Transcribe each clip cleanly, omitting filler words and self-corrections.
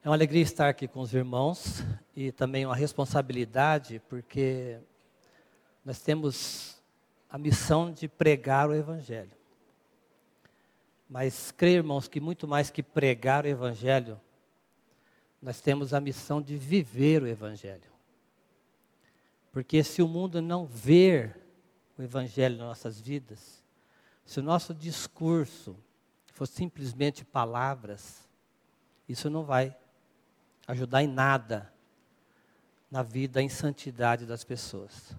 É uma alegria estar aqui com os irmãos e também uma responsabilidade, porque nós temos a missão de pregar o Evangelho. Mas creio, irmãos, que muito mais que pregar o Evangelho, nós temos a missão de viver o Evangelho. Porque se o mundo não ver o Evangelho nas nossas vidas, se o nosso discurso for simplesmente palavras, isso não vai ajudar em nada na vida em santidade das pessoas.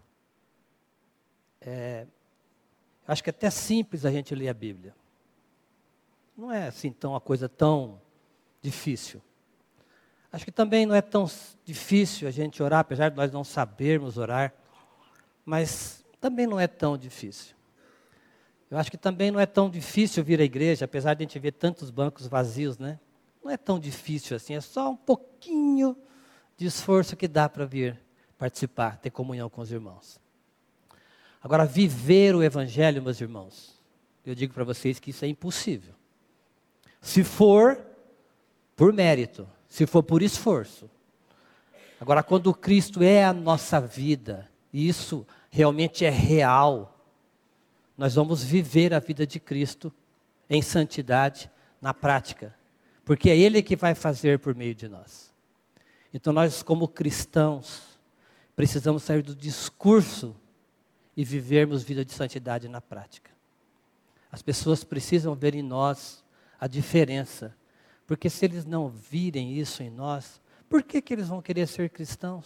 Acho que é até simples a gente ler a Bíblia. Não é assim uma coisa tão difícil. Acho que também não é tão difícil a gente orar, apesar de nós não sabermos orar, mas também não é tão difícil. Eu acho que também não é tão difícil vir à igreja, apesar de a gente ver tantos bancos vazios, né? Não é tão difícil assim, é só um pouquinho de esforço que dá para vir participar, ter comunhão com os irmãos. Agora, viver o Evangelho, meus irmãos, eu digo para vocês que isso é impossível. Se for por mérito, se for por esforço. Agora, quando Cristo é a nossa vida, e isso realmente é real, nós vamos viver a vida de Cristo em santidade, na prática. Porque é Ele que vai fazer por meio de nós. Então nós, como cristãos, precisamos sair do discurso e vivermos vida de santidade na prática. As pessoas precisam ver em nós a diferença. Porque se eles não virem isso em nós, por que eles vão querer ser cristãos?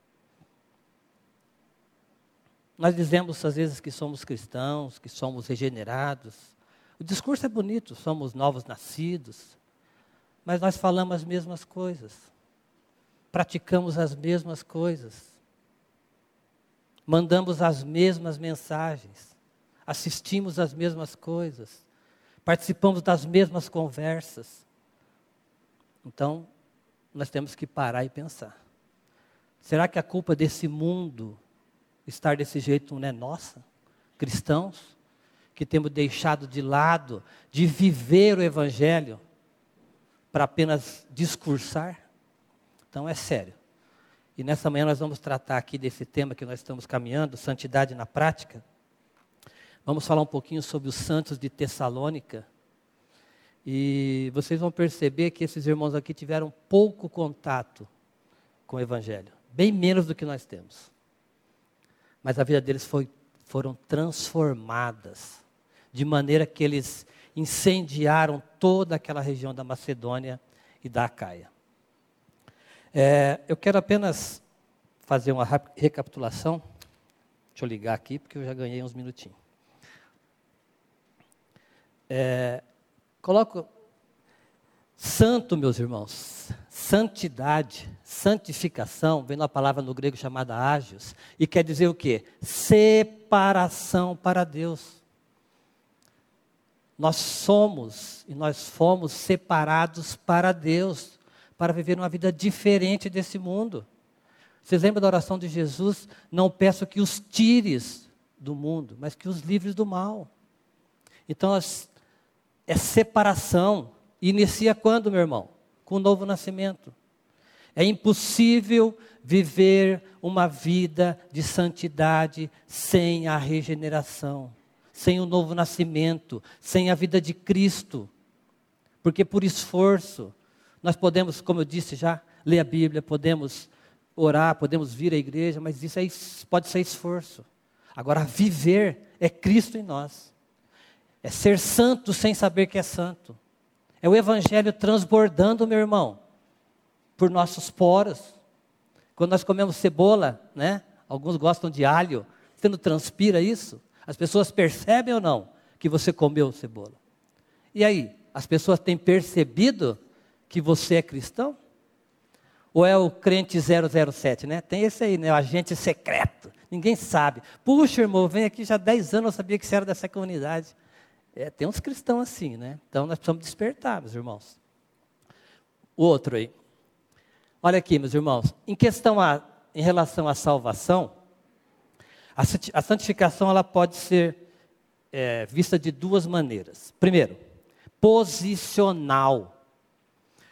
Nós dizemos às vezes que somos cristãos, que somos regenerados. O discurso é bonito, somos novos nascidos. Mas nós falamos as mesmas coisas. Praticamos as mesmas coisas. Mandamos as mesmas mensagens. Assistimos as mesmas coisas. Participamos das mesmas conversas. Então, nós temos que parar e pensar. Será que a culpa desse mundo estar desse jeito não é nossa? Cristãos, que temos deixado de lado de viver o Evangelho para apenas discursar? Então é sério. E nessa manhã nós vamos tratar aqui desse tema que nós estamos caminhando, santidade na prática. Vamos falar um pouquinho sobre os santos de Tessalônica. E vocês vão perceber que esses irmãos aqui tiveram pouco contato com o Evangelho. Bem menos do que nós temos. Mas a vida deles foram transformadas. De maneira que eles incendiaram toda aquela região da Macedônia e da Acaia. Eu quero apenas fazer uma recapitulação. Deixa eu ligar aqui, porque eu já ganhei uns minutinhos. Coloco santo, meus irmãos, santidade, santificação, vem uma palavra no grego chamada ágios, e quer dizer o quê? Separação para Deus. Nós somos e nós fomos separados para Deus, para viver uma vida diferente desse mundo. Vocês lembram da oração de Jesus? Não peço que os tires do mundo, mas que os livres do mal. Então, é separação. Inicia quando, meu irmão? Com o novo nascimento. É impossível viver uma vida de santidade sem a regeneração, sem o novo nascimento, sem a vida de Cristo. Porque por esforço, nós podemos, como eu disse já, ler a Bíblia, podemos orar, podemos vir à igreja, mas isso aí pode ser esforço. Agora, viver é Cristo em nós. É ser santo sem saber que é santo. É o Evangelho transbordando, meu irmão, por nossos poros. Quando nós comemos cebola, né? Alguns gostam de alho. Você não transpira isso? As pessoas percebem ou não que você comeu cebola? E aí, as pessoas têm percebido que você é cristão? Ou é o crente 007, né? Tem esse aí, né? O agente secreto. Ninguém sabe. Puxa, irmão, vem aqui já há 10 anos, eu sabia que você era dessa comunidade. Tem uns cristãos assim, né? Então nós precisamos despertar, meus irmãos. O outro aí. Olha aqui, meus irmãos. Em relação à salvação, a santificação ela pode ser vista de duas maneiras. Primeiro, posicional.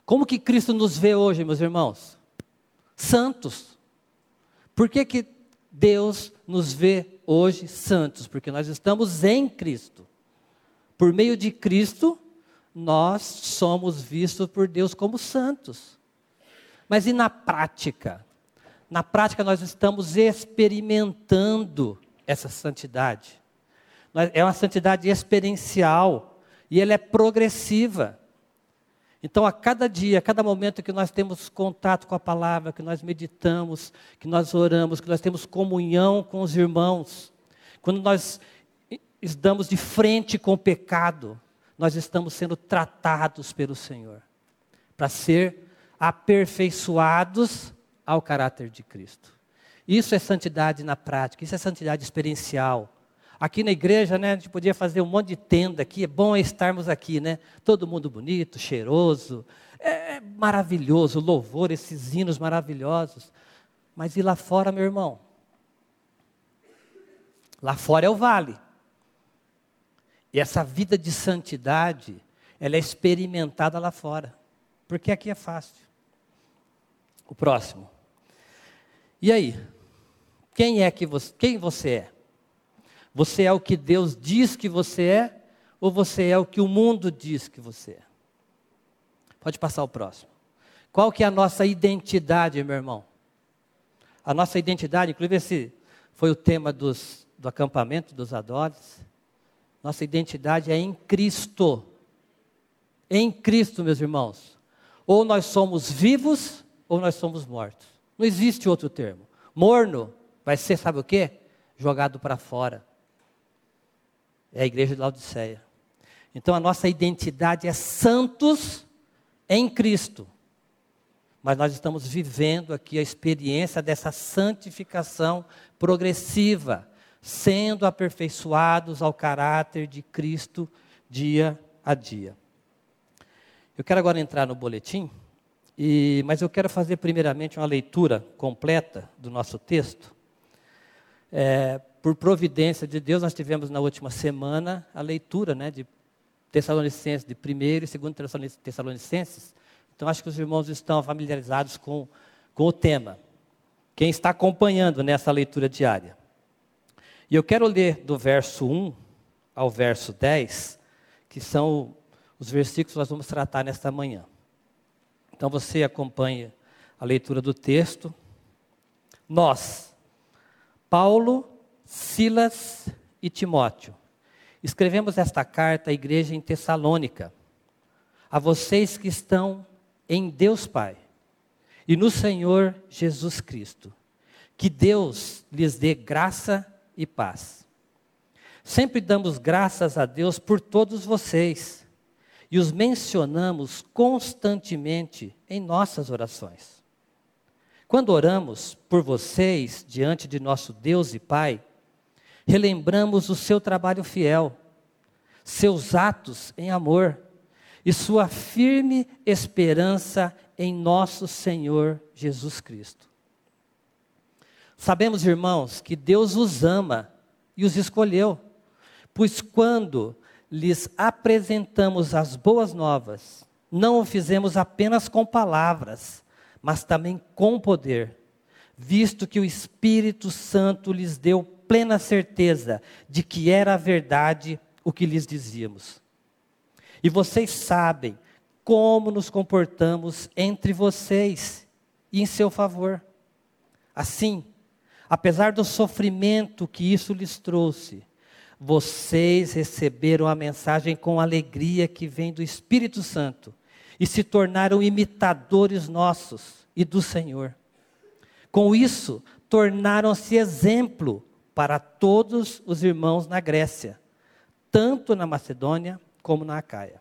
Como que Cristo nos vê hoje, meus irmãos? Santos. Por que Deus nos vê hoje santos? Porque nós estamos em Cristo. Por meio de Cristo, nós somos vistos por Deus como santos. Mas e na prática? Na prática nós estamos experimentando essa santidade. É uma santidade experiencial e ela é progressiva. Então a cada dia, a cada momento que nós temos contato com a palavra, que nós meditamos, que nós oramos, que nós temos comunhão com os irmãos, quando nós estamos de frente com o pecado, nós estamos sendo tratados pelo Senhor, para ser aperfeiçoados ao caráter de Cristo. Isso é santidade na prática, isso é santidade experiencial. Aqui na igreja, né, a gente podia fazer um monte de tenda aqui, é bom estarmos aqui, né? Todo mundo bonito, cheiroso, é maravilhoso, louvor, esses hinos maravilhosos. Mas e lá fora, meu irmão? Lá fora é o vale. E essa vida de santidade, ela é experimentada lá fora. Porque aqui é fácil. O próximo. E aí? Quem você é? Você é o que Deus diz que você é? Ou você é o que o mundo diz que você é? Pode passar o próximo. Qual que é a nossa identidade, meu irmão? A nossa identidade, inclusive esse foi o tema do acampamento dos Adores. Nossa identidade é em Cristo. Em Cristo, meus irmãos. Ou nós somos vivos, ou nós somos mortos. Não existe outro termo. Morno vai ser, sabe o quê? Jogado para fora. É a igreja de Laodiceia. Então a nossa identidade é santos em Cristo. Mas nós estamos vivendo aqui a experiência dessa santificação progressiva, sendo aperfeiçoados ao caráter de Cristo dia a dia. Eu quero agora entrar no boletim, mas eu quero fazer primeiramente uma leitura completa do nosso texto. Por providência de Deus, nós tivemos na última semana a leitura, né, de Tessalonicenses, de 1º e 2º Tessalonicenses. Então acho que os irmãos estão familiarizados com o tema. Quem está acompanhando nessa leitura diária. E eu quero ler do verso 1 ao verso 10, que são os versículos que nós vamos tratar nesta manhã. Então você acompanha a leitura do texto. Nós, Paulo, Silas e Timóteo, escrevemos esta carta à igreja em Tessalônica, a vocês que estão em Deus Pai e no Senhor Jesus Cristo. Que Deus lhes dê graça e paz. Sempre damos graças a Deus por todos vocês e os mencionamos constantemente em nossas orações. Quando oramos por vocês diante de nosso Deus e Pai, relembramos o seu trabalho fiel, seus atos em amor e sua firme esperança em nosso Senhor Jesus Cristo. Sabemos, irmãos, que Deus os ama e os escolheu, pois quando lhes apresentamos as boas novas, não o fizemos apenas com palavras, mas também com poder, visto que o Espírito Santo lhes deu plena certeza de que era a verdade o que lhes dizíamos. E vocês sabem como nos comportamos entre vocês e em seu favor. Assim, apesar do sofrimento que isso lhes trouxe, vocês receberam a mensagem com alegria que vem do Espírito Santo e se tornaram imitadores nossos e do Senhor. Com isso, tornaram-se exemplo para todos os irmãos na Grécia, tanto na Macedônia como na Acaia.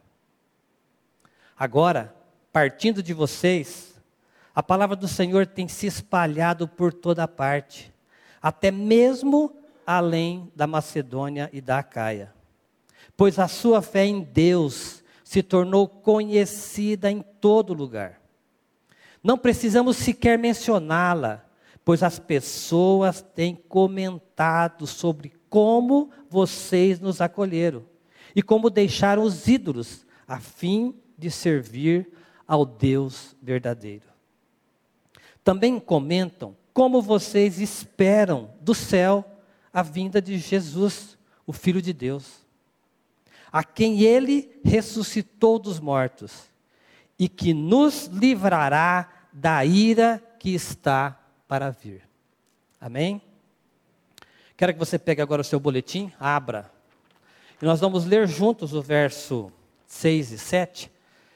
Agora, partindo de vocês, a palavra do Senhor tem se espalhado por toda parte, até mesmo além da Macedônia e da Acaia. Pois a sua fé em Deus se tornou conhecida em todo lugar. Não precisamos sequer mencioná-la, pois as pessoas têm comentado sobre como vocês nos acolheram e como deixaram os ídolos a fim de servir ao Deus verdadeiro. Também comentam como vocês esperam do céu a vinda de Jesus, o Filho de Deus, a quem Ele ressuscitou dos mortos e que nos livrará da ira que está para vir. Amém? Quero que você pegue agora o seu boletim, abra. E nós vamos ler juntos o verso 6 e 7.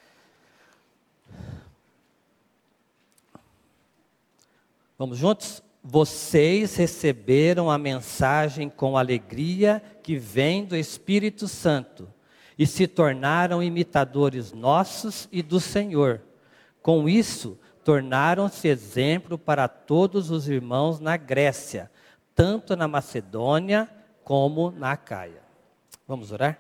Vamos juntos? Vocês receberam a mensagem com alegria que vem do Espírito Santo e se tornaram imitadores nossos e do Senhor. Com isso, tornaram-se exemplo para todos os irmãos na Grécia, tanto na Macedônia como na Acaia. Vamos orar?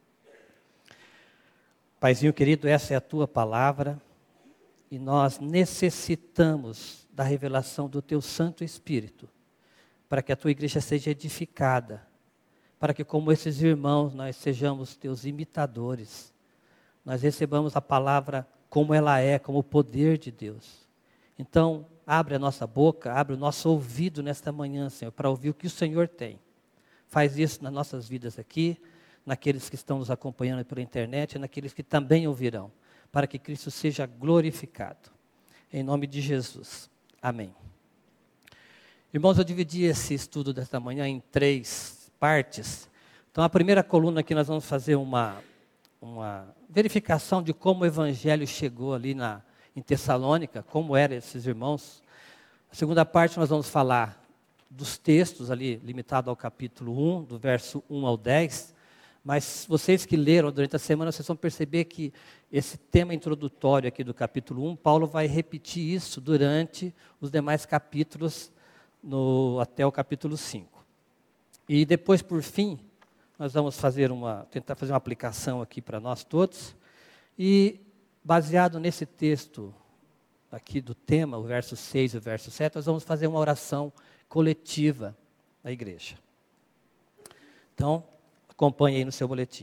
Paizinho querido, essa é a tua palavra e nós necessitamos da revelação do teu Santo Espírito, para que a tua igreja seja edificada, para que como esses irmãos nós sejamos teus imitadores, nós recebamos a palavra como ela é, como o poder de Deus. Então, abre a nossa boca, abre o nosso ouvido nesta manhã, Senhor, para ouvir o que o Senhor tem. Faz isso nas nossas vidas aqui, naqueles que estão nos acompanhando pela internet e naqueles que também ouvirão, para que Cristo seja glorificado. Em nome de Jesus. Amém. Irmãos, eu dividi esse estudo desta manhã em 3 partes. Então, a primeira coluna aqui nós vamos fazer uma verificação de como o Evangelho chegou ali em Tessalônica, como eram esses irmãos. A segunda parte nós vamos falar dos textos ali, limitado ao capítulo 1, do verso 1 ao 10. Mas vocês que leram durante a semana, vocês vão perceber que esse tema introdutório aqui do capítulo 1, Paulo vai repetir isso durante os demais capítulos, até o capítulo 5. E depois, por fim, nós vamos tentar fazer uma aplicação aqui para nós todos. E, baseado nesse texto aqui do tema, o verso 6 e o verso 7, nós vamos fazer uma oração coletiva na igreja. Então, acompanhe aí no seu boletim.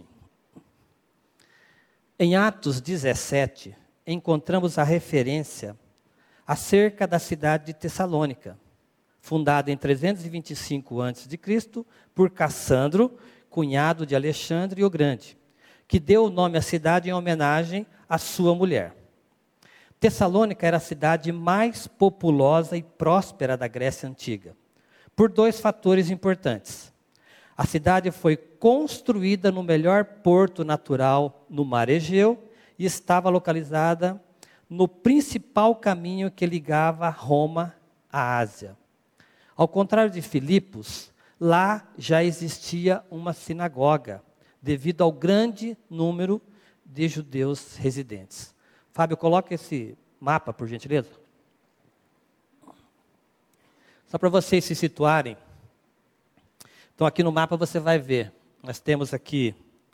Em Atos 17, encontramos a referência acerca da cidade de Tessalônica, fundada em 325 a.C. por Cassandro, cunhado de Alexandre o Grande, que deu o nome à cidade em homenagem à sua mulher. Tessalônica era a cidade mais populosa e próspera da Grécia Antiga, por 2 fatores importantes. A cidade foi construída no melhor porto natural no Mar Egeu e estava localizada no principal caminho que ligava Roma à Ásia. Ao contrário de Filipos, lá já existia uma sinagoga, devido ao grande número de judeus residentes. Fábio, coloca esse mapa, por gentileza. Só para vocês se situarem. Então, aqui no mapa você vai ver, nós temos aqui,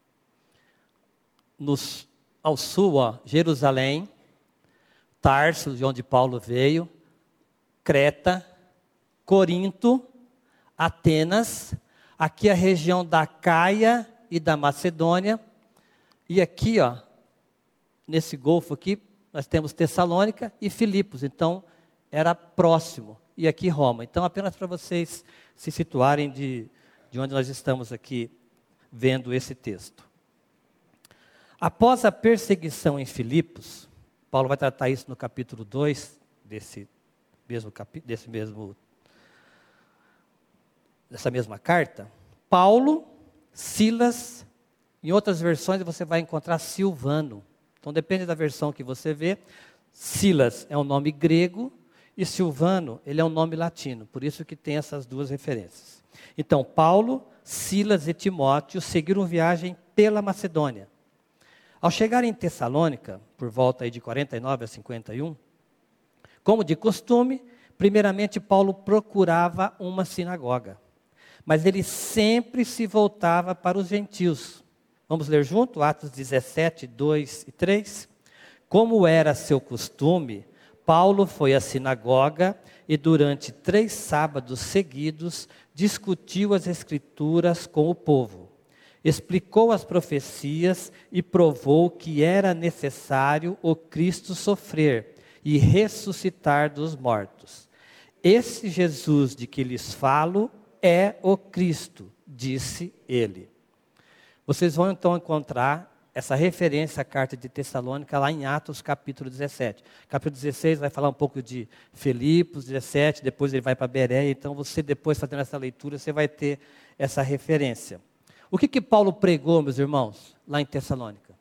ao sul, Jerusalém, Tarso, de onde Paulo veio, Creta, Corinto, Atenas, aqui a região da Acaia e da Macedônia, e aqui, nesse golfo aqui, nós temos Tessalônica e Filipos, então era próximo, e aqui Roma. Então, apenas para vocês se situarem de onde nós estamos aqui vendo esse texto. Após a perseguição em Filipos, Paulo vai tratar isso no capítulo 2, dessa mesma carta. Paulo, Silas, em outras versões você vai encontrar Silvano. Então depende da versão que você vê. Silas é um nome grego e Silvano, ele é um nome latino, por isso que tem essas 2 referências. Então, Paulo, Silas e Timóteo seguiram viagem pela Macedônia. Ao chegar em Tessalônica, por volta aí de 49 a 51, como de costume, primeiramente Paulo procurava uma sinagoga. Mas ele sempre se voltava para os gentios. Vamos ler junto, Atos 17, 2 e 3. Como era seu costume, Paulo foi à sinagoga e durante 3 sábados seguidos discutiu as Escrituras com o povo. explicou as profecias e provou que era necessário o Cristo sofrer e ressuscitar dos mortos. Esse Jesus de que lhes falo é o Cristo, disse ele. Vocês vão então encontrar essa referência à carta de Tessalônica lá em Atos capítulo 17. Capítulo 16 vai falar um pouco de Filipos, 17, depois ele vai para Bereia. Então você depois fazendo essa leitura, você vai ter essa referência. O que Paulo pregou, meus irmãos, lá em Tessalônica?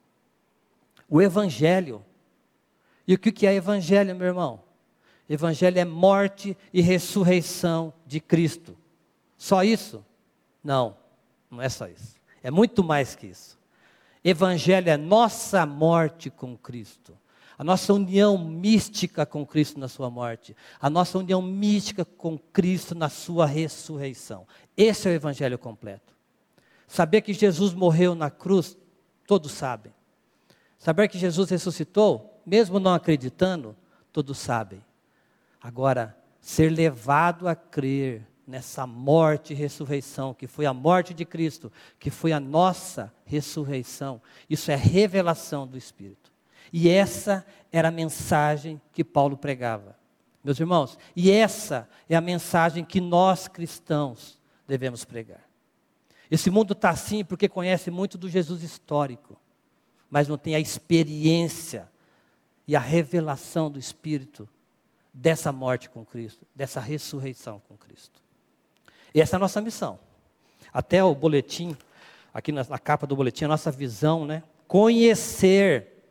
O Evangelho. E o que é Evangelho, meu irmão? Evangelho é morte e ressurreição de Cristo. Só isso? Não, não é só isso. É muito mais que isso. Evangelho é nossa morte com Cristo. A nossa união mística com Cristo na sua morte. A nossa união mística com Cristo na sua ressurreição. Esse é o Evangelho completo. Saber que Jesus morreu na cruz, todos sabem. Saber que Jesus ressuscitou, mesmo não acreditando, todos sabem. Agora, ser levado a crer nessa morte e ressurreição, que foi a morte de Cristo, que foi a nossa ressurreição, isso é revelação do Espírito. E essa era a mensagem que Paulo pregava. Meus irmãos, e essa é a mensagem que nós cristãos devemos pregar. Esse mundo está assim porque conhece muito do Jesus histórico, mas não tem a experiência e a revelação do Espírito dessa morte com Cristo, dessa ressurreição com Cristo. E essa é a nossa missão. Até o boletim, aqui na capa do boletim, a nossa visão, né? Conhecer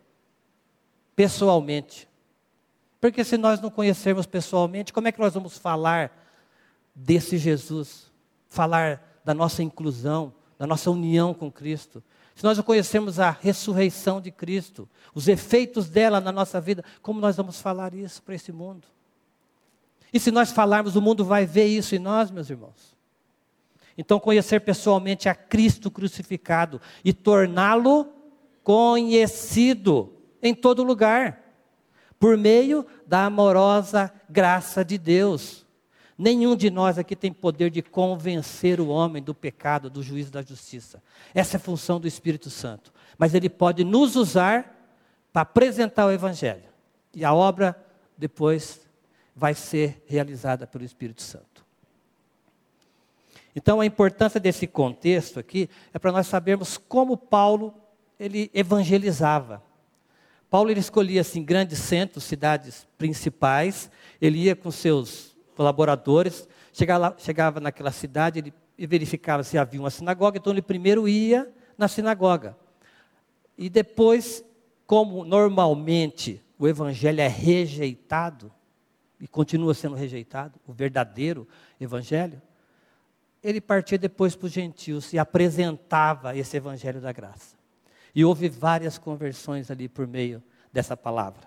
pessoalmente. Porque se nós não conhecermos pessoalmente, como é que nós vamos falar desse Jesus? Falar da nossa inclusão, da nossa união com Cristo. Se nós não conhecermos a ressurreição de Cristo, os efeitos dela na nossa vida, como nós vamos falar isso para esse mundo? E se nós falarmos, o mundo vai ver isso em nós, meus irmãos. Então, conhecer pessoalmente a Cristo crucificado e torná-lo conhecido em todo lugar, por meio da amorosa graça de Deus. Nenhum de nós aqui tem poder de convencer o homem do pecado, do juízo da justiça. Essa é a função do Espírito Santo. Mas ele pode nos usar para apresentar o Evangelho. E a obra depois vai ser realizada pelo Espírito Santo. Então a importância desse contexto aqui é para nós sabermos como Paulo ele evangelizava. Paulo ele escolhia assim, grandes centros, cidades principais, ele ia com seus colaboradores, chegava naquela cidade, ele verificava se havia uma sinagoga, então ele primeiro ia na sinagoga. E depois, como normalmente o evangelho é rejeitado, e continua sendo rejeitado, o verdadeiro evangelho, ele partia depois para os gentios e apresentava esse evangelho da graça. E houve várias conversões ali por meio dessa palavra.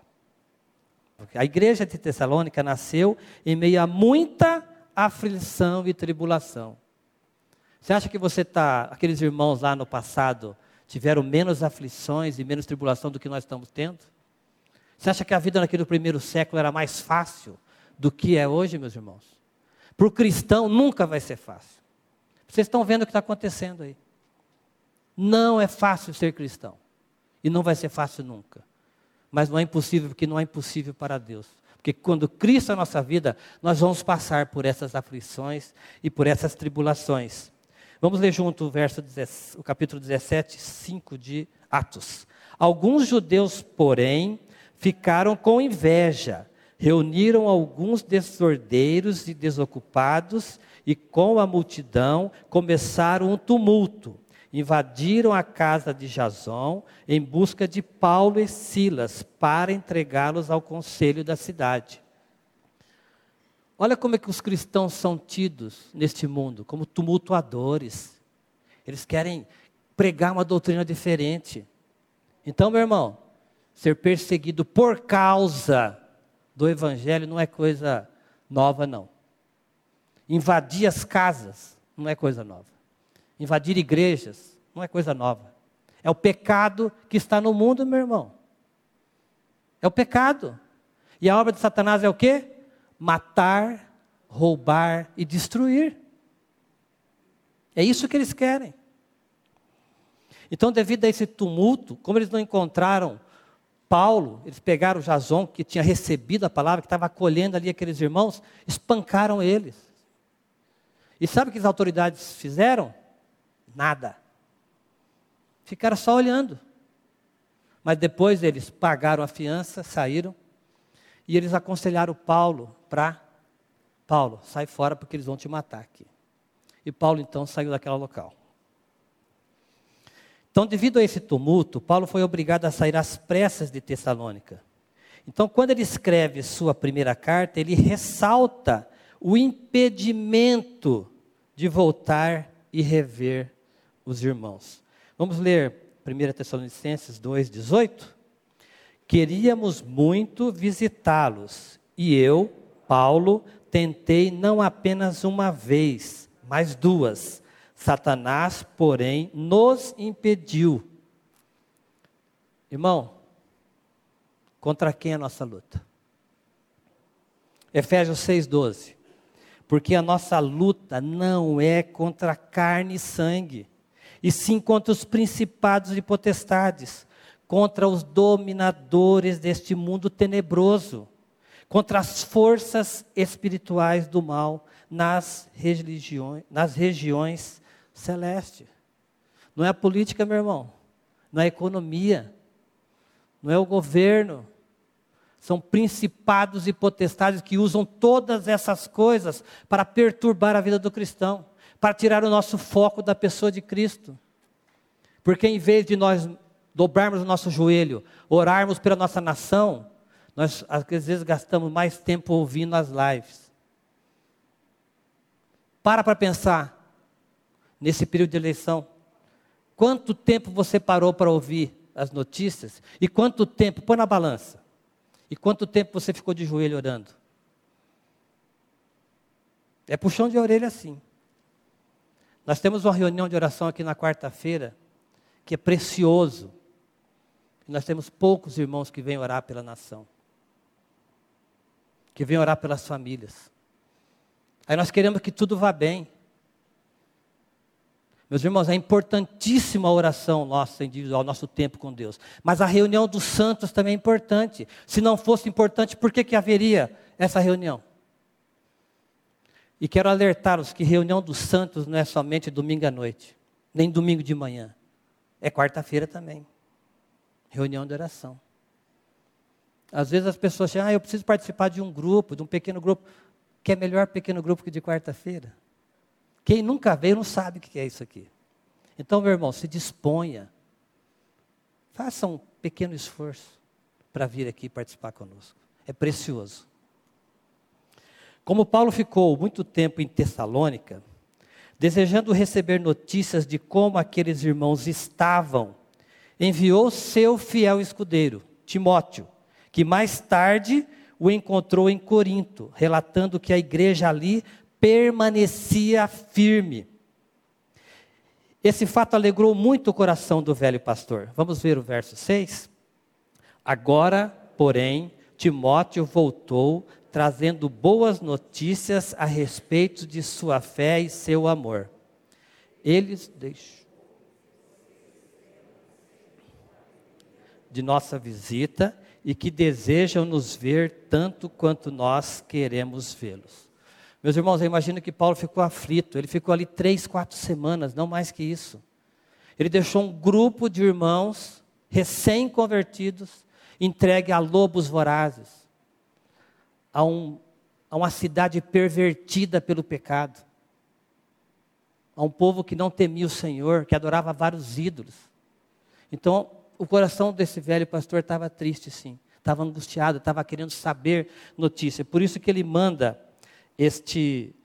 A igreja de Tessalônica nasceu em meio a muita aflição e tribulação. Você acha que aqueles irmãos lá no passado tiveram menos aflições e menos tribulação do que nós estamos tendo? Você acha que a vida naquele primeiro século era mais fácil do que é hoje, meus irmãos? Para o cristão nunca vai ser fácil. Vocês estão vendo o que está acontecendo aí. Não é fácil ser cristão. E não vai ser fácil nunca. Mas não é impossível, porque não é impossível para Deus. Porque quando Cristo é a nossa vida, nós vamos passar por essas aflições e por essas tribulações. Vamos ler junto o capítulo 17, 5 de Atos. Alguns judeus, porém, ficaram com inveja. Reuniram alguns desordeiros e desocupados e com a multidão começaram um tumulto. Invadiram a casa de Jason em busca de Paulo e Silas para entregá-los ao conselho da cidade. Olha como é que os cristãos são tidos neste mundo, como tumultuadores. Eles querem pregar uma doutrina diferente. Então, meu irmão, ser perseguido por causa do evangelho não é coisa nova, não. Invadir as casas não é coisa nova. Invadir igrejas não é coisa nova. É o pecado que está no mundo, meu irmão. É o pecado. E a obra de Satanás é o quê? Matar, roubar e destruir. É isso que eles querem. Então, devido a esse tumulto, como eles não encontraram Paulo, eles pegaram Jason, que tinha recebido a palavra, que estava acolhendo ali aqueles irmãos, espancaram eles. E sabe o que as autoridades fizeram? Nada. Ficaram só olhando. Mas depois eles pagaram a fiança, saíram, e eles aconselharam Paulo Paulo, sai fora porque eles vão te matar aqui. E Paulo então saiu daquele local. Então, devido a esse tumulto, Paulo foi obrigado a sair às pressas de Tessalônica. Então, quando ele escreve sua primeira carta, ele ressalta o impedimento de voltar e rever os irmãos. Vamos ler 1 Tessalonicenses 2,18? Queríamos muito visitá-los, e eu, Paulo, tentei não apenas uma vez, mas duas. Satanás, porém, nos impediu. Irmão, contra quem é a nossa luta? Efésios 6,12. Porque a nossa luta não é contra carne e sangue, e sim contra os principados e potestades, contra os dominadores deste mundo tenebroso, contra as forças espirituais do mal nas regiões celestes. Não é a política, meu irmão, não é a economia, não é o governo. São principados e potestades que usam todas essas coisas para perturbar a vida do cristão, para tirar o nosso foco da pessoa de Cristo. Porque em vez de nós dobrarmos o nosso joelho, orarmos pela nossa nação, nós às vezes gastamos mais tempo ouvindo as lives. Para pensar, nesse período de eleição, quanto tempo você parou para ouvir as notícias? E quanto tempo, põe na balança, e quanto tempo você ficou de joelho orando? É puxão de orelha assim. Nós temos uma reunião de oração aqui na quarta-feira, que é precioso. Nós temos poucos irmãos que vêm orar pela nação, que vêm orar pelas famílias. Aí nós queremos que tudo vá bem. Meus irmãos, é importantíssima a oração nossa individual, nosso tempo com Deus. Mas a reunião dos santos também é importante. Se não fosse importante, por que haveria essa reunião? E quero alertá-los que reunião dos santos não é somente domingo à noite, nem domingo de manhã. É quarta-feira também. Reunião de oração. Às vezes as pessoas dizem, eu preciso participar de um grupo, de um pequeno grupo. Que é melhor pequeno grupo que de quarta-feira? Quem nunca veio não sabe o que é isso aqui. Então, meu irmão, se disponha. Faça um pequeno esforço para vir aqui participar conosco. É precioso. Como Paulo ficou muito tempo em Tessalônica, desejando receber notícias de como aqueles irmãos estavam, enviou seu fiel escudeiro, Timóteo, que mais tarde o encontrou em Corinto, relatando que a igreja ali permanecia firme. Esse fato alegrou muito o coração do velho pastor. Vamos ver o verso 6? Agora, porém, Timóteo voltou, trazendo boas notícias a respeito de sua fé e seu amor. Eles de nossa visita e que desejam nos ver tanto quanto nós queremos vê-los. Meus irmãos, eu imagino que Paulo ficou aflito. Ele ficou ali 3, 4 semanas, não mais que isso. Ele deixou um grupo de irmãos recém-convertidos, entregue a lobos vorazes, a uma cidade pervertida pelo pecado, a um povo que não temia o Senhor, que adorava vários ídolos. Então, o coração desse velho pastor estava triste, sim. Estava angustiado, estava querendo saber notícia. Por isso que ele manda este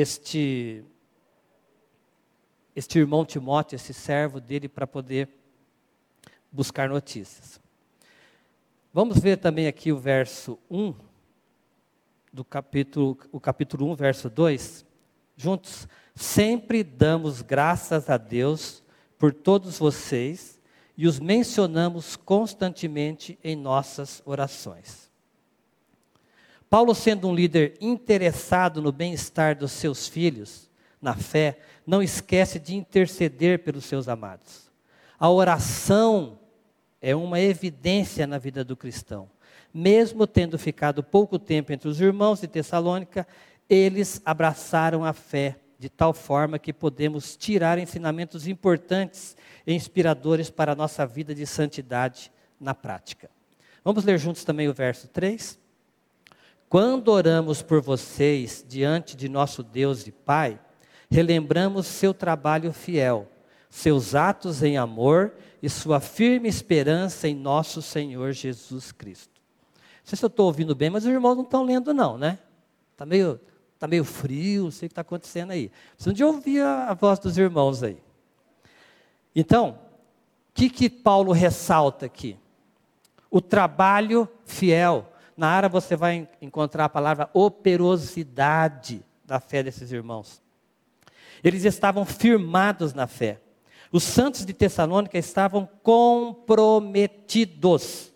irmão Timóteo, esse servo dele, para poder buscar notícias. Vamos ver também aqui o verso 1, o capítulo 1, verso 2. Juntos, sempre damos graças a Deus por todos vocês e os mencionamos constantemente em nossas orações. Paulo, sendo um líder interessado no bem-estar dos seus filhos, na fé, não esquece de interceder pelos seus amados. A oração é uma evidência na vida do cristão. Mesmo tendo ficado pouco tempo entre os irmãos de Tessalônica, eles abraçaram a fé de tal forma que podemos tirar ensinamentos importantes e inspiradores para a nossa vida de santidade na prática. Vamos ler juntos também o verso 3? Quando oramos por vocês diante de nosso Deus e Pai, relembramos seu trabalho fiel, seus atos em amor e sua firme esperança em nosso Senhor Jesus Cristo. Não sei se eu estou ouvindo bem, mas os irmãos não estão lendo não, né? Está meio frio, não sei o que está acontecendo aí. Precisam de ouvir a voz dos irmãos aí. Então, o que Paulo ressalta aqui? O trabalho fiel. Na área você vai encontrar a palavra operosidade da fé desses irmãos. Eles estavam firmados na fé. Os santos de Tessalônica estavam comprometidos.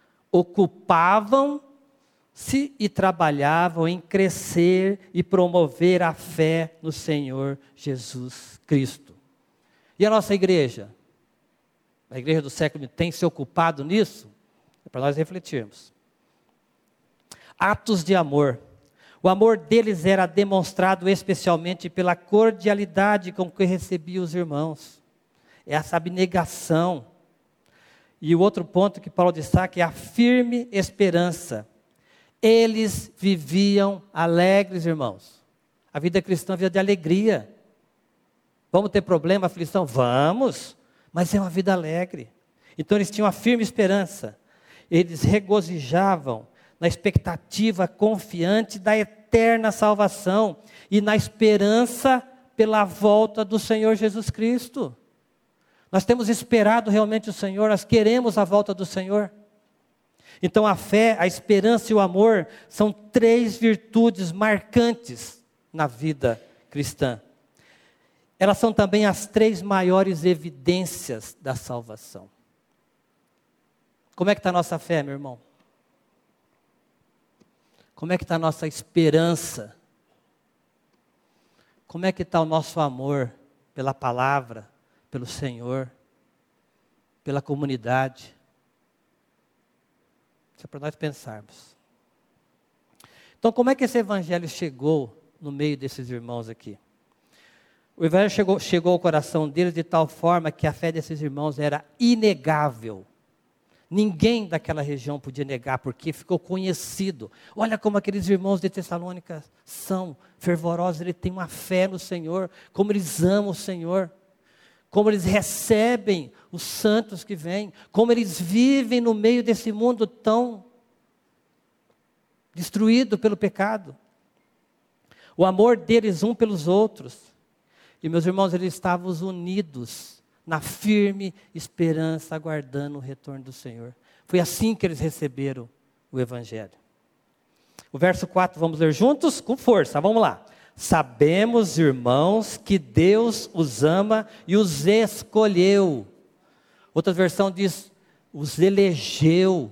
Ocupavam-se e trabalhavam em crescer e promover a fé no Senhor Jesus Cristo. E a nossa igreja? A igreja do século tem se ocupado nisso? É para nós refletirmos. Atos de amor. O amor deles era demonstrado especialmente pela cordialidade com que recebiam os irmãos. Essa abnegação. E o outro ponto que Paulo destaca é a firme esperança. Eles viviam alegres, irmãos. A vida cristã é uma vida de alegria. Vamos ter problema, aflição? Vamos, mas é uma vida alegre. Então eles tinham a firme esperança. Eles regozijavam na expectativa confiante da eterna salvação e na esperança pela volta do Senhor Jesus Cristo. Nós temos esperado realmente o Senhor, nós queremos a volta do Senhor. Então a fé, a esperança e o amor são 3 virtudes marcantes na vida cristã. Elas são também as 3 maiores evidências da salvação. Como é que está a nossa fé, meu irmão? Como é que está a nossa esperança? Como é que está o nosso amor pela palavra, pelo Senhor, pela comunidade? Isso é para nós pensarmos. Então, como é que esse evangelho chegou no meio desses irmãos aqui? O evangelho chegou ao coração deles de tal forma que a fé desses irmãos era inegável. Ninguém daquela região podia negar, porque ficou conhecido. Olha como aqueles irmãos de Tessalônica são fervorosos, eles têm uma fé no Senhor, como eles amam o Senhor, como eles recebem os santos que vêm, como eles vivem no meio desse mundo tão destruído pelo pecado. O amor deles um pelos outros. E meus irmãos, eles estavam unidos na firme esperança, aguardando o retorno do Senhor. Foi assim que eles receberam o Evangelho. O verso 4, vamos ler juntos? Com força, vamos lá. Sabemos, irmãos, que Deus os ama e os escolheu. Outra versão diz, os elegeu.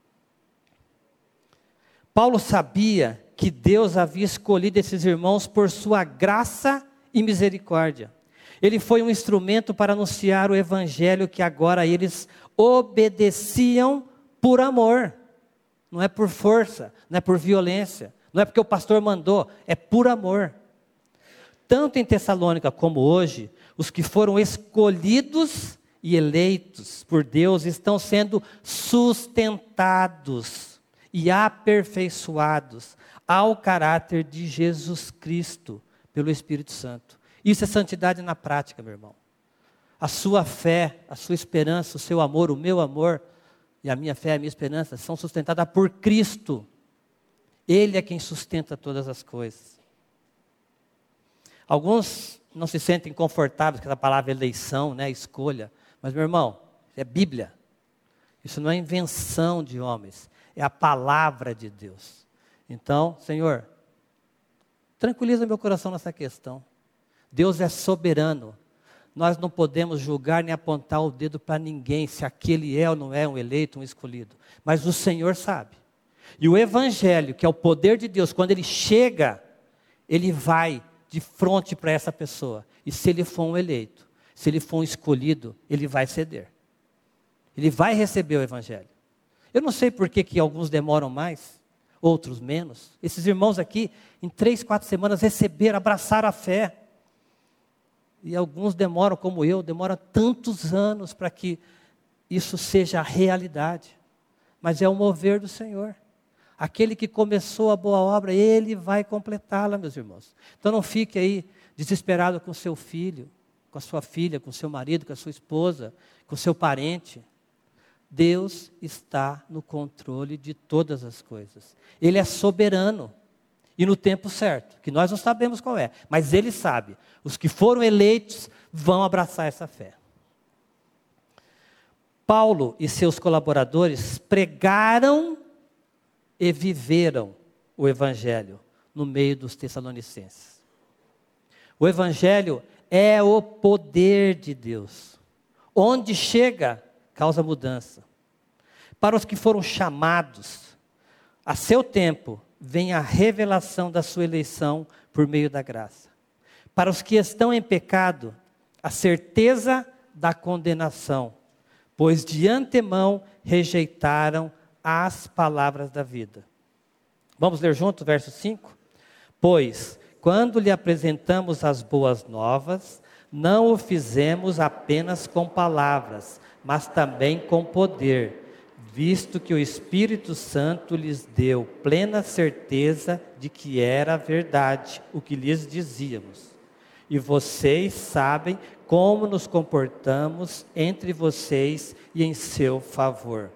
Paulo sabia que Deus havia escolhido esses irmãos por sua graça e misericórdia. Ele foi um instrumento para anunciar o evangelho que agora eles obedeciam por amor. Não é por força, não é por violência, não é porque o pastor mandou, é por amor. Tanto em Tessalônica como hoje, os que foram escolhidos e eleitos por Deus estão sendo sustentados e aperfeiçoados ao caráter de Jesus Cristo pelo Espírito Santo. Isso é santidade na prática, meu irmão. A sua fé, a sua esperança, o seu amor, o meu amor e a minha fé, a minha esperança são sustentadas por Cristo. Ele é quem sustenta todas as coisas. Alguns não se sentem confortáveis com essa palavra eleição, né, escolha. Mas, meu irmão, é Bíblia. Isso não é invenção de homens. É a palavra de Deus. Então, Senhor, tranquiliza meu coração nessa questão. Deus é soberano. Nós não podemos julgar nem apontar o dedo para ninguém se aquele é ou não é um eleito, um escolhido. Mas o Senhor sabe. E o Evangelho, que é o poder de Deus, quando ele chega, ele vai de frente para essa pessoa. E se ele for um eleito, Se ele for um escolhido, ele vai ceder. Ele vai receber o Evangelho. Eu não sei por que alguns demoram mais, outros menos. Esses irmãos aqui, em 3, 4 semanas, receberam, abraçaram a fé. E alguns demoram, como eu, demoram tantos anos para que isso seja a realidade. Mas é o mover do Senhor. Aquele que começou a boa obra, Ele vai completá-la, meus irmãos. Então não fique aí desesperado com seu filho, com a sua filha, com seu marido, com a sua esposa, com seu parente. Deus está no controle de todas as coisas. Ele é soberano. E no tempo certo, que nós não sabemos qual é, mas Ele sabe. Os que foram eleitos vão abraçar essa fé. Paulo e seus colaboradores pregaram e viveram o Evangelho no meio dos Tessalonicenses. O Evangelho é o poder de Deus. Onde chega, causa mudança. Para os que foram chamados, a seu tempo, vem a revelação da sua eleição por meio da graça. Para os que estão em pecado, a certeza da condenação, pois de antemão rejeitaram as palavras da vida. Vamos ler junto, verso 5? Pois, quando lhe apresentamos as boas novas, não o fizemos apenas com palavras, mas também com poder, visto que o Espírito Santo lhes deu plena certeza de que era verdade o que lhes dizíamos. E vocês sabem como nos comportamos entre vocês e em seu favor.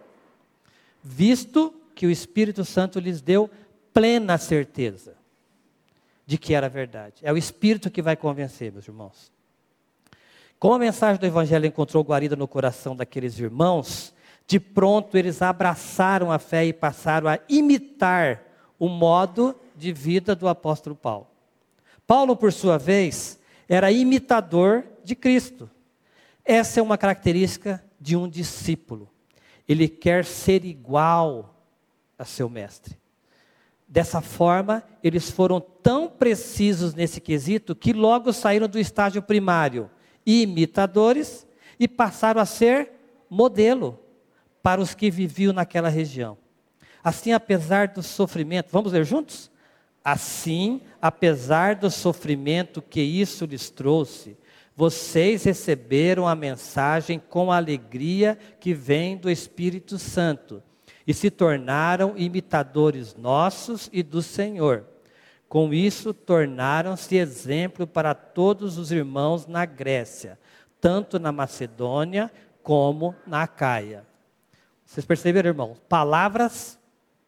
Visto que o Espírito Santo lhes deu plena certeza de que era verdade. É o Espírito que vai convencer, meus irmãos. Como a mensagem do Evangelho encontrou guarida no coração daqueles irmãos, de pronto eles abraçaram a fé e passaram a imitar o modo de vida do apóstolo Paulo. Paulo, por sua vez, era imitador de Cristo. Essa é uma característica de um discípulo. Ele quer ser igual a seu mestre. Dessa forma, eles foram tão precisos nesse quesito que logo saíram do estágio primário, imitadores, e passaram a ser modelo para os que viviam naquela região. Assim, apesar do sofrimento, vamos ler juntos? Assim, apesar do sofrimento que isso lhes trouxe, vocês receberam a mensagem com a alegria que vem do Espírito Santo e se tornaram imitadores nossos e do Senhor. Com isso, tornaram-se exemplo para todos os irmãos na Grécia, tanto na Macedônia como na Acaia. Vocês perceberam, irmãos? Palavras,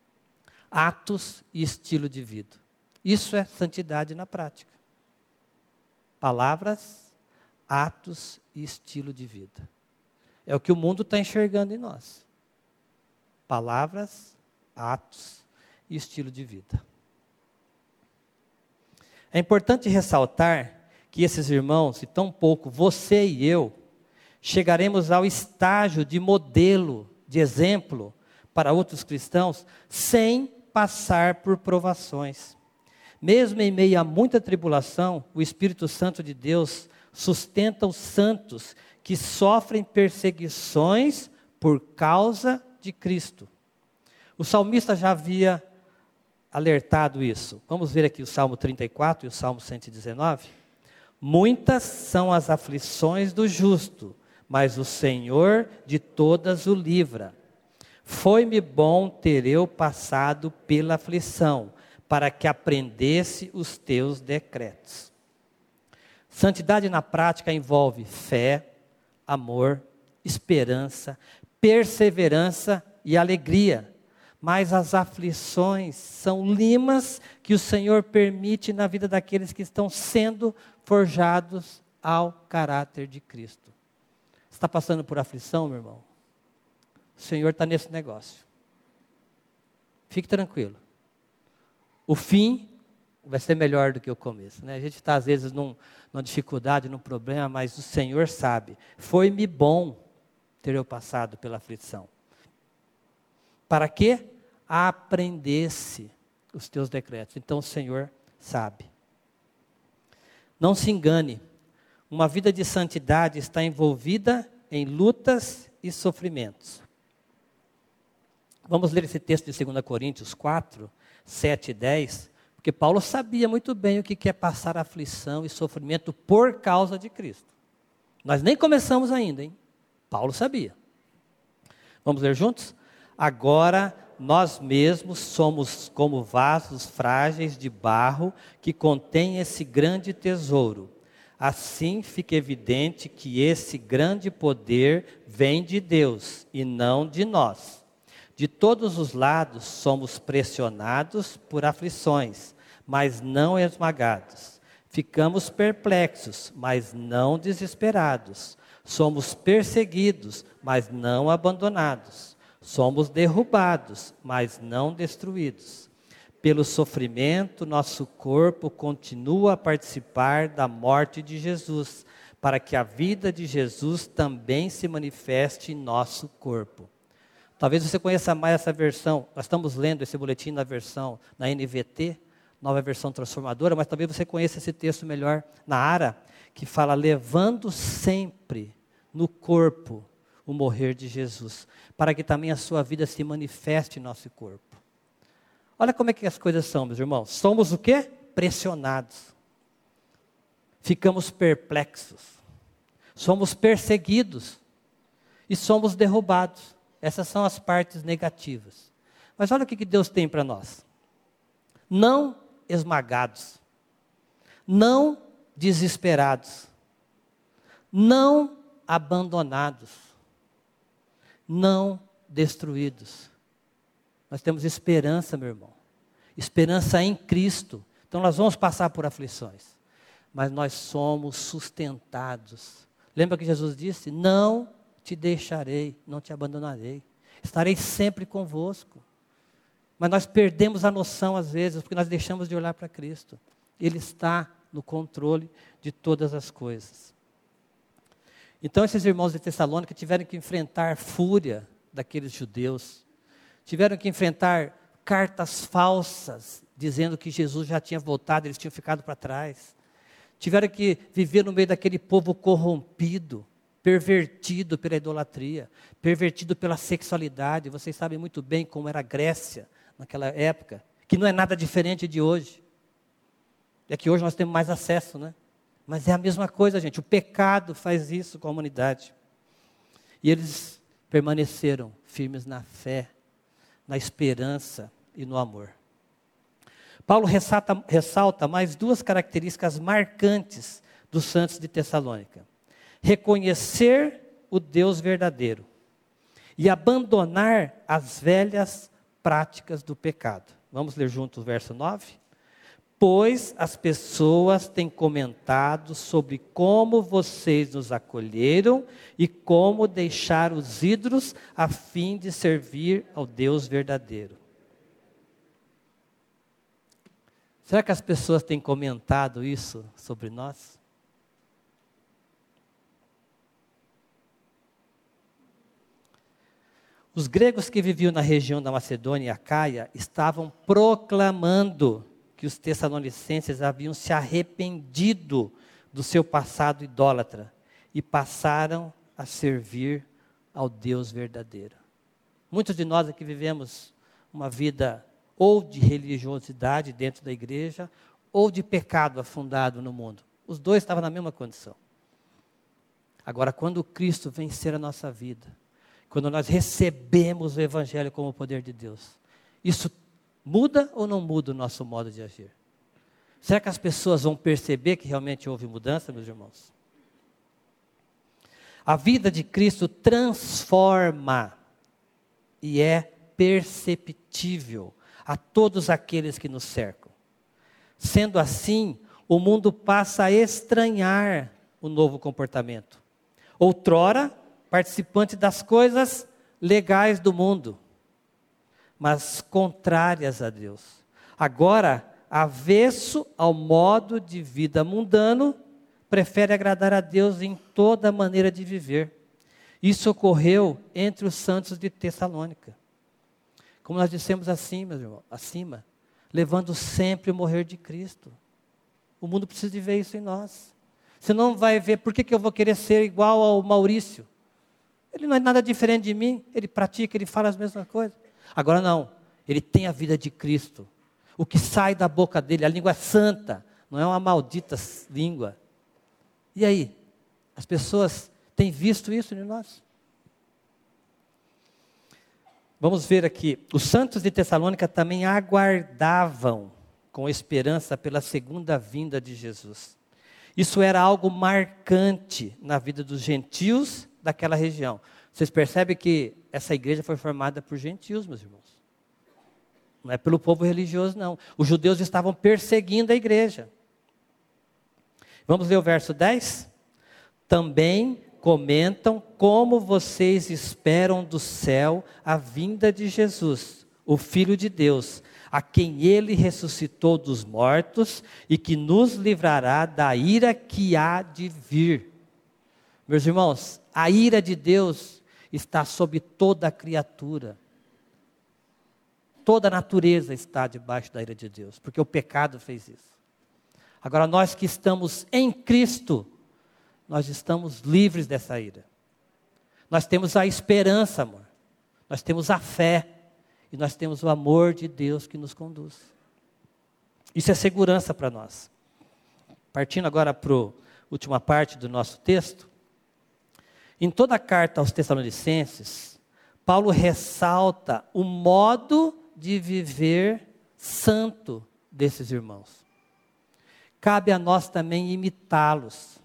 atos e estilo de vida. Isso é santidade na prática. Palavras, atos e estilo de vida. É o que o mundo está enxergando em nós. Palavras, atos e estilo de vida. É importante ressaltar que esses irmãos, e tão pouco você e eu, chegaremos ao estágio de modelo, de exemplo para outros cristãos, sem passar por provações. Mesmo em meio a muita tribulação, o Espírito Santo de Deus sustenta os santos que sofrem perseguições por causa de Cristo. O salmista já havia alertado isso. Vamos ver aqui o Salmo 34 e o Salmo 119. Muitas são as aflições do justo, mas o Senhor de todas o livra. Foi-me bom ter eu passado pela aflição, para que aprendesse os teus decretos. Santidade na prática envolve fé, amor, esperança, perseverança e alegria. Mas as aflições são limas que o Senhor permite na vida daqueles que estão sendo forjados ao caráter de Cristo. Você está passando por aflição, meu irmão? O Senhor está nesse negócio. Fique tranquilo. O fim vai ser melhor do que o começo, né? A gente está às vezes numa dificuldade, num problema, mas o Senhor sabe. Foi-me bom ter eu passado pela aflição. Para que aprendesse os teus decretos. Então o Senhor sabe. Não se engane. uma vida de santidade está envolvida em lutas e sofrimentos. Vamos ler esse texto de 2 Coríntios 4, 7 e 10, porque Paulo sabia muito bem o que é passar aflição e sofrimento por causa de Cristo. Nós nem começamos ainda, hein? Paulo sabia. Vamos ler juntos? Agora, nós mesmos somos como vasos frágeis de barro que contém esse grande tesouro. Assim fica evidente que esse grande poder vem de Deus e não de nós. De todos os lados somos pressionados por aflições, mas não esmagados. Ficamos perplexos, mas não desesperados. Somos perseguidos, mas não abandonados. Somos derrubados, mas não destruídos. Pelo sofrimento, nosso corpo continua a participar da morte de Jesus, para que a vida de Jesus também se manifeste em nosso corpo. Talvez você conheça mais essa versão. Nós estamos lendo esse boletim na NVT, nova versão transformadora, mas talvez você conheça esse texto melhor na ARA, que fala, levando sempre no corpo o morrer de Jesus, para que também a sua vida se manifeste em nosso corpo. Olha como é que as coisas são, meus irmãos. Somos o quê? Pressionados. Ficamos perplexos. Somos perseguidos. E somos derrubados. Essas são as partes negativas. Mas olha o que Deus tem para nós. Não esmagados. Não desesperados. Não abandonados. Não destruídos. Nós temos esperança, meu irmão. Esperança em Cristo. Então nós vamos passar por aflições. Mas nós somos sustentados. Lembra que Jesus disse? Não te deixarei, não te abandonarei. Estarei sempre convosco. Mas nós perdemos a noção às vezes, porque nós deixamos de olhar para Cristo. Ele está no controle de todas as coisas. Então esses irmãos de Tessalônica tiveram que enfrentar a fúria daqueles judeus. Tiveram que enfrentar cartas falsas, dizendo que Jesus já tinha voltado, eles tinham ficado para trás. Tiveram que viver no meio daquele povo corrompido, pervertido pela idolatria, pervertido pela sexualidade. Vocês sabem muito bem como era a Grécia naquela época, que não é nada diferente de hoje. É que hoje nós temos mais acesso, né? Mas é a mesma coisa, gente. O pecado faz isso com a humanidade. E eles permaneceram firmes na fé, na esperança e no amor. Paulo ressalta mais duas características marcantes dos santos de Tessalônica. Reconhecer o Deus verdadeiro e abandonar as velhas práticas do pecado. Vamos ler juntos o verso 9? Pois as pessoas têm comentado sobre como vocês nos acolheram e como deixar os ídolos a fim de servir ao Deus verdadeiro. Será que as pessoas têm comentado isso sobre nós? Os gregos que viviam na região da Macedônia e Acaia estavam proclamando que os tessalonicenses haviam se arrependido do seu passado idólatra e passaram a servir ao Deus verdadeiro. Muitos de nós aqui vivemos uma vida ou de religiosidade dentro da igreja, ou de pecado afundado no mundo. Os dois estavam na mesma condição. Agora, quando Cristo vencer a nossa vida, quando nós recebemos o Evangelho como o poder de Deus, isso muda ou não muda o nosso modo de agir? Será que as pessoas vão perceber que realmente houve mudança, meus irmãos? A vida de Cristo transforma e é perceptível a todos aqueles que nos cercam. Sendo assim, o mundo passa a estranhar o novo comportamento. Outrora, participante das coisas legais do mundo, mas contrárias a Deus. Agora, avesso ao modo de vida mundano, prefere agradar a Deus em toda maneira de viver. Isso ocorreu entre os santos de Tessalônica. Como nós dissemos assim, meus irmãos, acima, levando sempre o morrer de Cristo. O mundo precisa de ver isso em nós. Você não vai ver por que eu vou querer ser igual ao Maurício. Ele não é nada diferente de mim, ele pratica, ele fala as mesmas coisas. Agora não, ele tem a vida de Cristo. O que sai da boca dele, a língua é santa, não é uma maldita língua. E aí? As pessoas têm visto isso em nós? Vamos ver aqui. Os santos de Tessalônica também aguardavam com esperança pela segunda vinda de Jesus. Isso era algo marcante na vida dos gentios daquela região. Vocês percebem que essa igreja foi formada por gentios, meus irmãos. Não é pelo povo religioso, não. Os judeus estavam perseguindo a igreja. Vamos ler o verso 10? Também comentam como vocês esperam do céu a vinda de Jesus, o Filho de Deus, a quem ele ressuscitou dos mortos e que nos livrará da ira que há de vir. Meus irmãos, a ira de Deus está sobre toda a criatura. Toda a natureza está debaixo da ira de Deus, porque o pecado fez isso. Agora, nós que estamos em Cristo, nós estamos livres dessa ira. Nós temos a esperança, amor. Nós temos a fé. E nós temos o amor de Deus que nos conduz. Isso é segurança para nós. Partindo agora para a última parte do nosso texto. Em toda a carta aos Tessalonicenses, Paulo ressalta o modo de viver santo desses irmãos. Cabe a nós também imitá-los.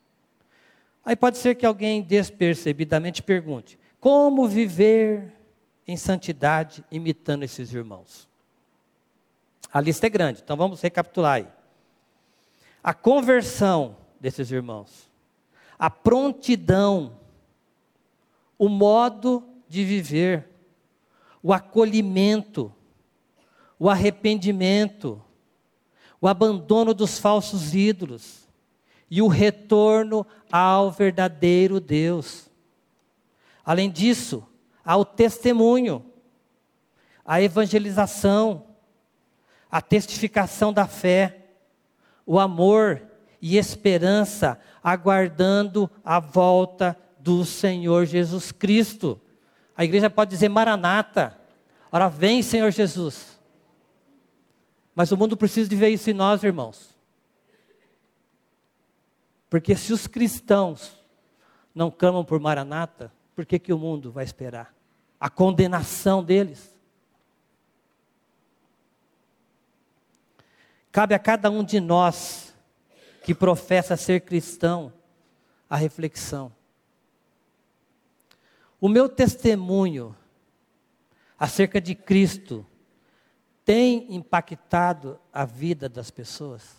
Aí pode ser que alguém despercebidamente pergunte: como viver em santidade imitando esses irmãos? A lista é grande, então vamos recapitular aí. A conversão desses irmãos, a prontidão, o modo de viver, o acolhimento, o arrependimento, o abandono dos falsos ídolos e o retorno ao verdadeiro Deus. Além disso, há o testemunho, a evangelização, a testificação da fé, o amor e esperança, aguardando a volta do Senhor Jesus Cristo. A igreja pode dizer Maranata, ora vem Senhor Jesus. Mas o mundo precisa de ver isso em nós, irmãos. Porque se os cristãos não clamam por Maranata, por que o mundo vai esperar? A condenação deles. Cabe a cada um de nós que professa ser cristão a reflexão. O meu testemunho acerca de Cristo tem impactado a vida das pessoas?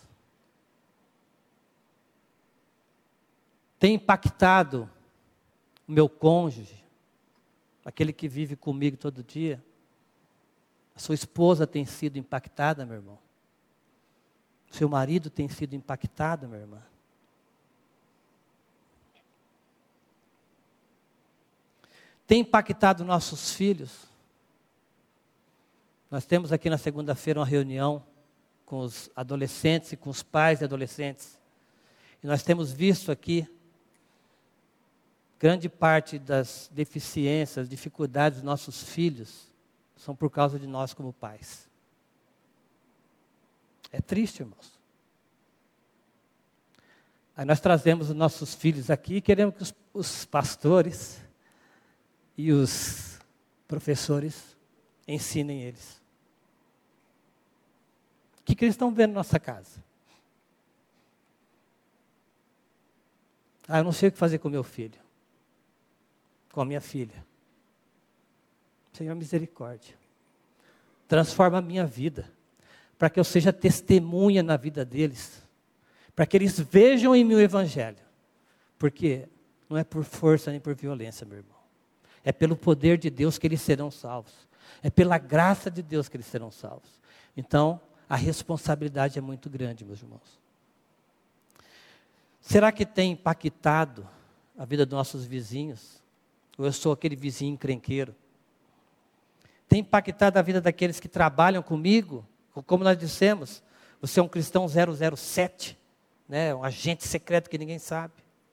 Tem impactado o meu cônjuge, aquele que vive comigo todo dia? A sua esposa tem sido impactada, meu irmão? Seu marido tem sido impactado, minha irmã? Tem impactado nossos filhos? Nós temos aqui na segunda-feira uma reunião com os adolescentes e com os pais de adolescentes. E nós temos visto aqui grande parte das deficiências, dificuldades dos nossos filhos são por causa de nós como pais. É triste, irmãos. Aí nós trazemos os nossos filhos aqui e queremos que os pastores e os professores ensinem eles. O que eles estão vendo na nossa casa? Eu não sei o que fazer com meu filho. Com a minha filha. Senhor, misericórdia. Transforma a minha vida, para que eu seja testemunha na vida deles, para que eles vejam em mim o Evangelho, porque não é por força nem por violência, meu irmão, é pelo poder de Deus que eles serão salvos, é pela graça de Deus que eles serão salvos. Então, a responsabilidade é muito grande, meus irmãos. Será que tem impactado a vida dos nossos vizinhos? Ou eu sou aquele vizinho encrenqueiro? Tem impactado a vida daqueles que trabalham comigo? Como nós dissemos, você é um cristão 007. né? Um agente secreto que ninguém sabe.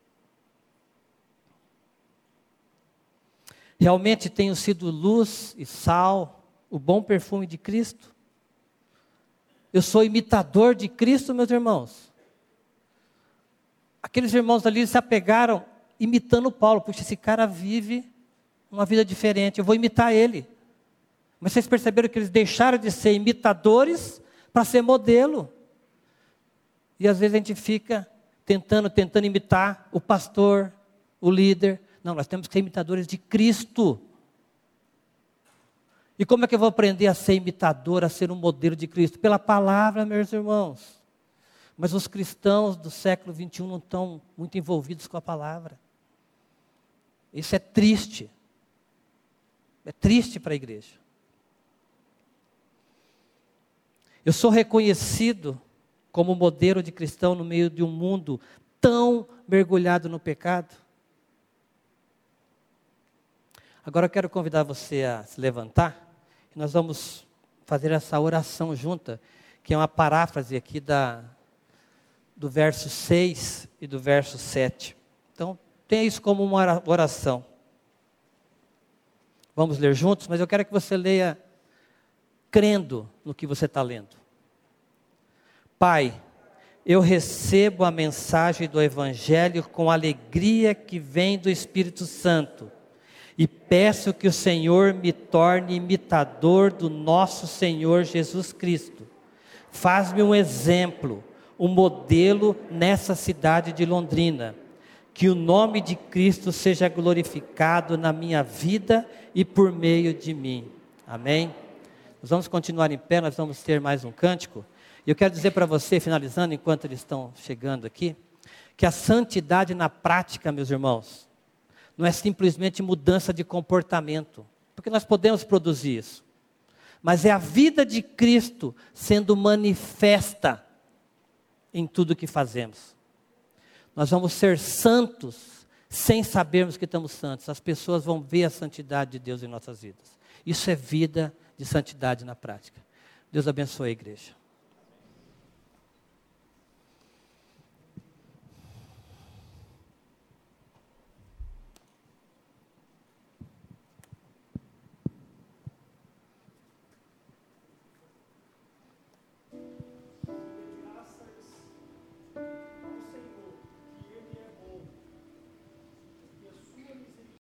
Realmente tenho sido luz e sal, o bom perfume de Cristo? Eu sou imitador de Cristo, meus irmãos? Aqueles irmãos ali se apegaram imitando Paulo. Puxa, esse cara vive uma vida diferente, eu vou imitar ele. Mas vocês perceberam que eles deixaram de ser imitadores para ser modelo. E às vezes a gente fica tentando imitar o pastor, o líder. Não, nós temos que ser imitadores de Cristo. E como é que eu vou aprender a ser imitador, a ser um modelo de Cristo? Pela palavra, meus irmãos. Mas os cristãos do século XXI não estão muito envolvidos com a palavra. Isso é triste. É triste para a igreja. Eu sou reconhecido como modelo de cristão no meio de um mundo tão mergulhado no pecado. Agora eu quero convidar você a se levantar. E nós vamos fazer essa oração junta, que é uma paráfrase aqui do verso 6 e do verso 7. Então, tenha isso como uma oração. Vamos ler juntos, mas eu quero que você leia crendo no que você está lendo. Pai, eu recebo a mensagem do Evangelho com a alegria que vem do Espírito Santo e peço que o Senhor me torne imitador do nosso Senhor Jesus Cristo. Faz-me um exemplo, um modelo nessa cidade de Londrina. Que o nome de Cristo seja glorificado na minha vida e por meio de mim. Amém? Nós vamos continuar em pé, nós vamos ter mais um cântico. E eu quero dizer para você, finalizando, enquanto eles estão chegando aqui, que a santidade na prática, meus irmãos, não é simplesmente mudança de comportamento, porque nós podemos produzir isso. Mas é a vida de Cristo sendo manifesta em tudo que fazemos. Nós vamos ser santos sem sabermos que estamos santos. As pessoas vão ver a santidade de Deus em nossas vidas. Isso é vida de santidade na prática. Deus abençoe a igreja.